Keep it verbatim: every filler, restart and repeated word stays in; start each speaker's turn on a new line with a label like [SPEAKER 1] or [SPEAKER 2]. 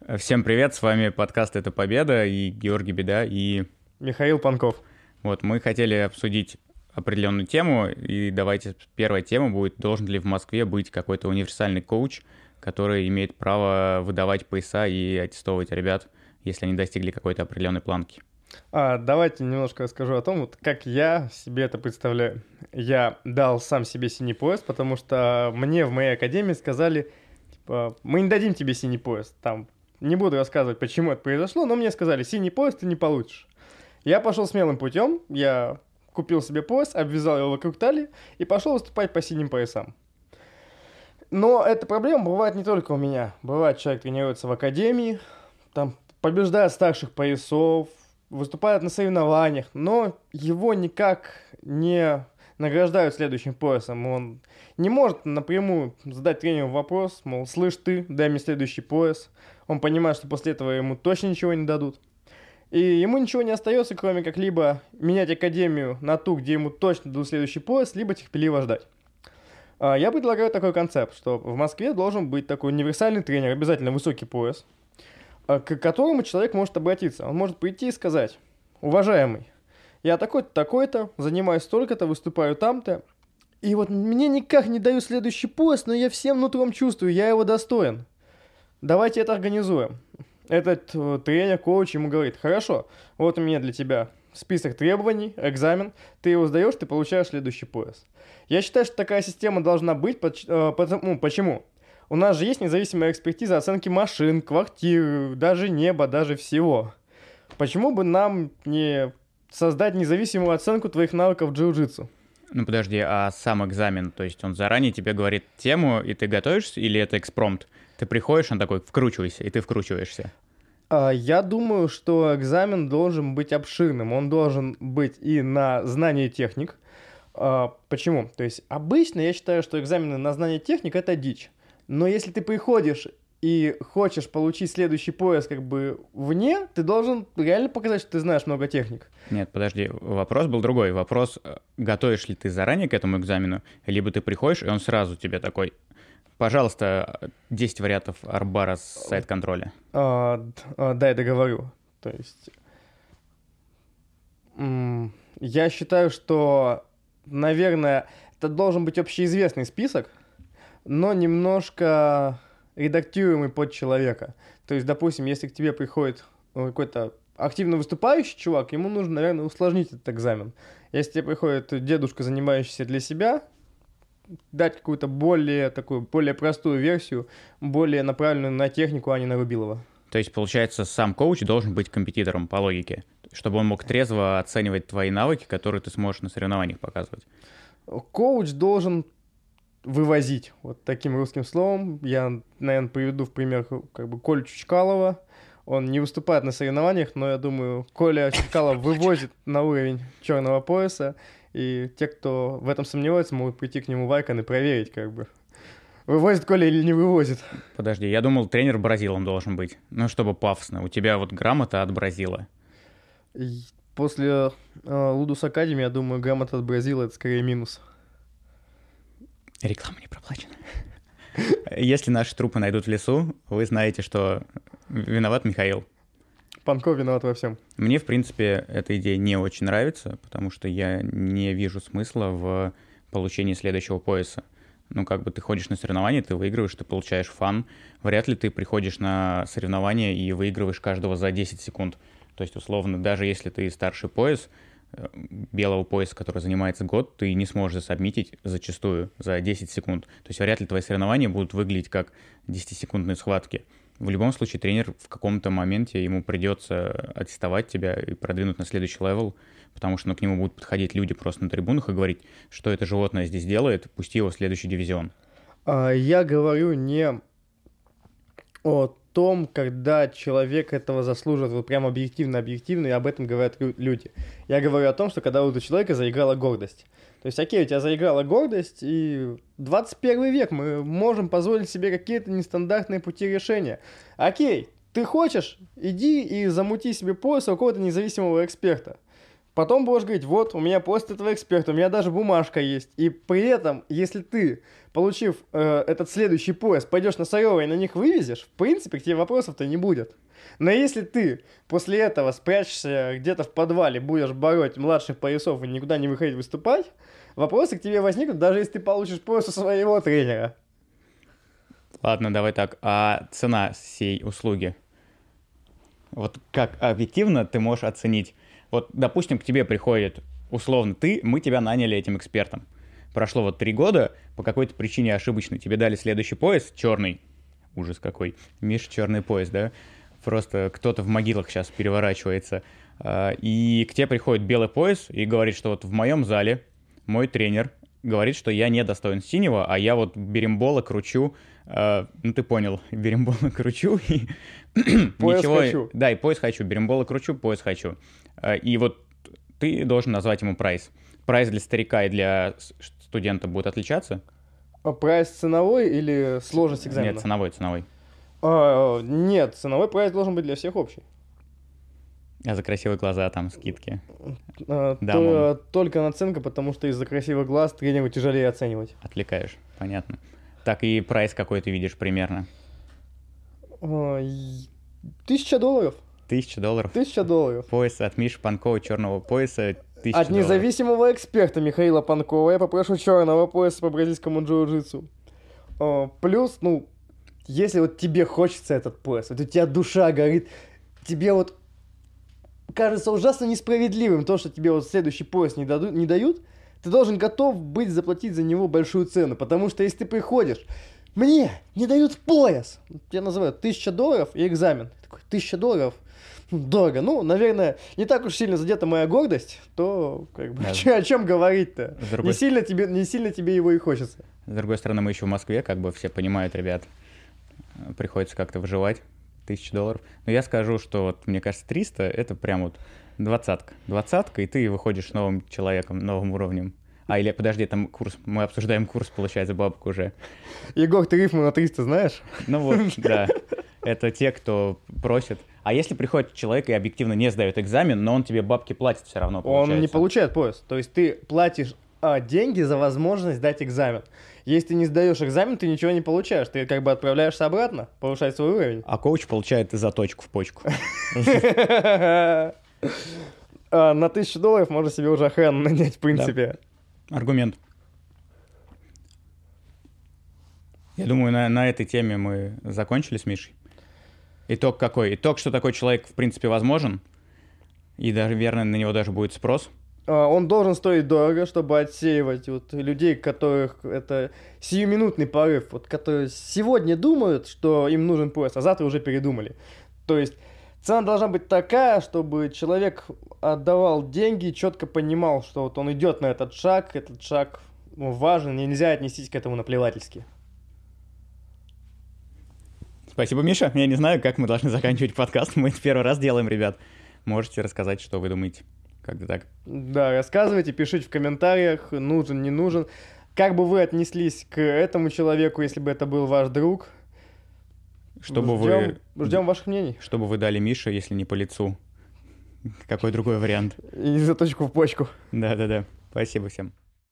[SPEAKER 1] Всем привет, с вами подкаст «Это Победа» и Георгий Беда, и
[SPEAKER 2] Михаил Панков.
[SPEAKER 1] Вот, мы хотели обсудить определенную тему, и давайте первая тема будет: должен ли в Москве быть какой-то универсальный коуч, который имеет право выдавать пояса и аттестовывать ребят, если они достигли какой-то определенной планки.
[SPEAKER 2] А, давайте немножко расскажу о том, вот как я себе это представляю. Я дал сам себе синий пояс, потому что мне в моей академии сказали, типа, мы не дадим тебе синий пояс. Там не буду рассказывать, почему это произошло, но мне сказали, синий пояс ты не получишь. Я пошел смелым путем, я купил себе пояс, обвязал его вокруг талии и пошел выступать по синим поясам. Но эта проблема бывает не только у меня. Бывает, человек тренируется в академии, там побеждает старших поясов, выступает на соревнованиях, но его никак не награждают следующим поясом. Он не может напрямую задать тренеру вопрос, мол, слышь ты, дай мне следующий пояс. Он понимает, что после этого ему точно ничего не дадут. И ему ничего не остается, кроме как либо менять академию на ту, где ему точно дадут следующий пояс, либо терпеливо ждать. Я предлагаю такой концепт, что в Москве должен быть такой универсальный тренер, обязательно высокий пояс, к которому человек может обратиться. Он может прийти и сказать: уважаемый, я такой-то, такой-то, занимаюсь столько-то, выступаю там-то, и вот мне никак не дают следующий пояс, но я всем нутром чувствую, я его достоин. Давайте это организуем. Этот э, тренер, коуч ему говорит: хорошо, вот у меня для тебя список требований, экзамен, ты его сдаешь, ты получаешь следующий пояс. Я считаю, что такая система должна быть, э, потому, почему? У нас же есть независимая экспертиза оценки машин, квартир, даже неба, даже всего. Почему бы нам не создать независимую оценку твоих навыков джиу-джитсу?
[SPEAKER 1] Ну подожди, а сам экзамен, то есть он заранее тебе говорит тему, и ты готовишься, или это экспромт? Ты приходишь, он такой: вкручивайся, и ты вкручиваешься.
[SPEAKER 2] Я думаю, что экзамен должен быть обширным. Он должен быть и на знание техник. Почему? То есть обычно я считаю, что экзамены на знание техник — это дичь. Но если ты приходишь и хочешь получить следующий пояс как бы вне, ты должен реально показать, что ты знаешь много техник.
[SPEAKER 1] Нет, подожди, вопрос был другой. Вопрос: готовишь ли ты заранее к этому экзамену, либо ты приходишь, и он сразу тебе такой: пожалуйста, десять вариантов арбара с сайт-контроля.
[SPEAKER 2] А, да, я договорю. То есть я считаю, что, наверное, это должен быть общеизвестный список, но немножко редактируемый под человека. То есть, допустим, если к тебе приходит какой-то активно выступающий чувак, ему нужно, наверное, усложнить этот экзамен. Если тебе приходит дедушка, занимающийся для себя, дать какую-то более такую, более простую версию, более направленную на технику, а не на Рубилова.
[SPEAKER 1] То есть, получается, сам коуч должен быть компетитором по логике, чтобы он мог трезво оценивать твои навыки, которые ты сможешь на соревнованиях показывать.
[SPEAKER 2] Коуч должен вывозить. Вот таким русским словом. Я, наверное, приведу в пример как бы Колю Чучкалова. Он не выступает на соревнованиях, но я думаю, Коля Чучкалов вывозит на уровень черного пояса. И те, кто в этом сомневается, могут прийти к нему в Айкон и проверить, как бы, вывозит Коля или не вывозит.
[SPEAKER 1] Подожди, я думал, тренер Бразилом должен быть. Ну, чтобы пафосно. У тебя вот грамота от Бразила.
[SPEAKER 2] И после э, Лудус Академи, я думаю, грамота от Бразила — это скорее минус.
[SPEAKER 1] Реклама не проплачена. Если наши трупы найдут в лесу, вы знаете, что виноват Михаил.
[SPEAKER 2] Панков виноват во всем.
[SPEAKER 1] Мне, в принципе, эта идея не очень нравится, потому что я не вижу смысла в получении следующего пояса. Ну, как бы ты ходишь на соревнования, ты выигрываешь, ты получаешь фан. Вряд ли ты приходишь на соревнования и выигрываешь каждого за десять секунд. То есть, условно, даже если ты старший пояс, белого пояса, который занимается год, ты не сможешь засабмитить зачастую за десять секунд. То есть вряд ли твои соревнования будут выглядеть как десятисекундные схватки. В любом случае тренер в каком-то моменте ему придется аттестовать тебя и продвинуть на следующий левел, потому что ну, к нему будут подходить люди просто на трибунах и говорить, что это животное здесь делает, пусти его в следующий дивизион.
[SPEAKER 2] Я говорю не о том, когда человек этого заслуживает, вот прям объективно-объективно, и об этом говорят люди. Я говорю о том, что когда вот у человека заиграла гордость. То есть, окей, у тебя заиграла гордость, и двадцать первый век, мы можем позволить себе какие-то нестандартные пути решения. Окей, ты хочешь, иди и замути себе пояс у какого-то независимого эксперта. Потом будешь говорить, вот, у меня пост этого эксперта, у меня даже бумажка есть. И при этом, если ты, получив э, этот следующий пояс, пойдешь на Сарова и на них вывезешь, в принципе, к тебе вопросов-то не будет. Но если ты после этого спрячешься где-то в подвале, будешь бороть младших поясов и никуда не выходить выступать, вопросы к тебе возникнут, даже если ты получишь пояс у своего тренера.
[SPEAKER 1] Ладно, давай так. А цена сей услуги? Вот как объективно ты можешь оценить? Вот, допустим, к тебе приходит, условно, ты, мы тебя наняли этим экспертом. Прошло вот три года, по какой-то причине ошибочной. Тебе дали следующий пояс, черный. Ужас какой. Миш, черный пояс, да? Просто кто-то в могилах сейчас переворачивается. И к тебе приходит белый пояс и говорит, что вот в моем зале мой тренер говорит, что я не достоин синего, а я вот берембола кручу. Ну, ты понял, берембола кручу и...
[SPEAKER 2] Пояс
[SPEAKER 1] ничего...
[SPEAKER 2] хочу.
[SPEAKER 1] Да, и пояс хочу. Берембола кручу, пояс хочу. И вот ты должен назвать ему прайс. Прайс для старика и для студента будет отличаться?
[SPEAKER 2] А прайс ценовой или сложность экзамена?
[SPEAKER 1] Нет, ценовой, ценовой.
[SPEAKER 2] А, нет, ценовой прайс должен быть для всех общий.
[SPEAKER 1] А за красивые глаза там скидки?
[SPEAKER 2] А, то, только наценка, потому что из-за красивых глаз тренеру тяжелее оценивать.
[SPEAKER 1] Отвлекаешь, понятно. Так и прайс какой ты видишь примерно?
[SPEAKER 2] А, тысяча долларов.
[SPEAKER 1] Тысяча долларов?
[SPEAKER 2] Тысяча долларов.
[SPEAKER 1] Пояс от Миши Панкова черного пояса.
[SPEAKER 2] От независимого эксперта Михаила Панкова я попрошу черного пояса по бразильскому джиу-джитсу. А, плюс, ну, если вот тебе хочется этот пояс, вот у тебя душа горит, тебе вот кажется ужасно несправедливым то, что тебе вот следующий пояс не, дадут, не дают, ты должен готов быть заплатить за него большую цену, потому что если ты приходишь, мне не дают пояс, тебя называют тысяча долларов и экзамен, такой, тысяча долларов, дорого, ну, наверное, не так уж сильно задета моя гордость, то как бы, да. О чем говорить-то, другой... не, сильно тебе, не сильно тебе его и хочется.
[SPEAKER 1] С другой стороны, мы еще в Москве, как бы все понимают, ребят, приходится как-то выживать. Тысяча долларов. Но я скажу, что вот, мне кажется, триста — это прям вот двадцатка. Двадцатка, и ты выходишь новым человеком, новым уровнем. А, или, подожди, там курс, мы обсуждаем курс, получается, бабок уже.
[SPEAKER 2] Егор, ты рифму на триста знаешь?
[SPEAKER 1] Ну вот, да. Это те, кто просит. А если приходит человек и объективно не сдает экзамен, но он тебе бабки платит все равно, получается?
[SPEAKER 2] Он не получает пояс. То есть ты платишь а, деньги за возможность сдать экзамен. Если ты не сдаешь экзамен, ты ничего не получаешь. Ты как бы отправляешься обратно, повышать свой уровень.
[SPEAKER 1] А коуч получает заточку в почку.
[SPEAKER 2] На тысячу долларов можно себе уже охрану нанять, в принципе.
[SPEAKER 1] Аргумент. Я думаю, на, на этой теме мы закончили с Мишей. Итог какой? Итог, что такой человек, в принципе, возможен. И даже, верно, на него даже будет спрос.
[SPEAKER 2] Он должен стоить дорого, чтобы отсеивать вот людей, которых это сиюминутный порыв, вот, которые сегодня думают, что им нужен пояс, а завтра уже передумали. То есть цена должна быть такая, чтобы человек отдавал деньги, четко понимал, что вот он идет на этот шаг, этот шаг ну, важен, нельзя отнестись к этому наплевательски.
[SPEAKER 1] Спасибо, Миша. Я не знаю, как мы должны заканчивать подкаст. Мы это первый раз делаем, ребят. Можете рассказать, что вы думаете. Как-то так.
[SPEAKER 2] Да, рассказывайте, пишите в комментариях, нужен, не нужен. Как бы вы отнеслись к этому человеку, если бы это был ваш друг?
[SPEAKER 1] Чтобы
[SPEAKER 2] ждем,
[SPEAKER 1] вы...
[SPEAKER 2] ждем ваших мнений.
[SPEAKER 1] Чтобы вы дали Мише, если не по лицу. Какой другой вариант?
[SPEAKER 2] И заточку в почку.
[SPEAKER 1] Да-да-да. Спасибо всем.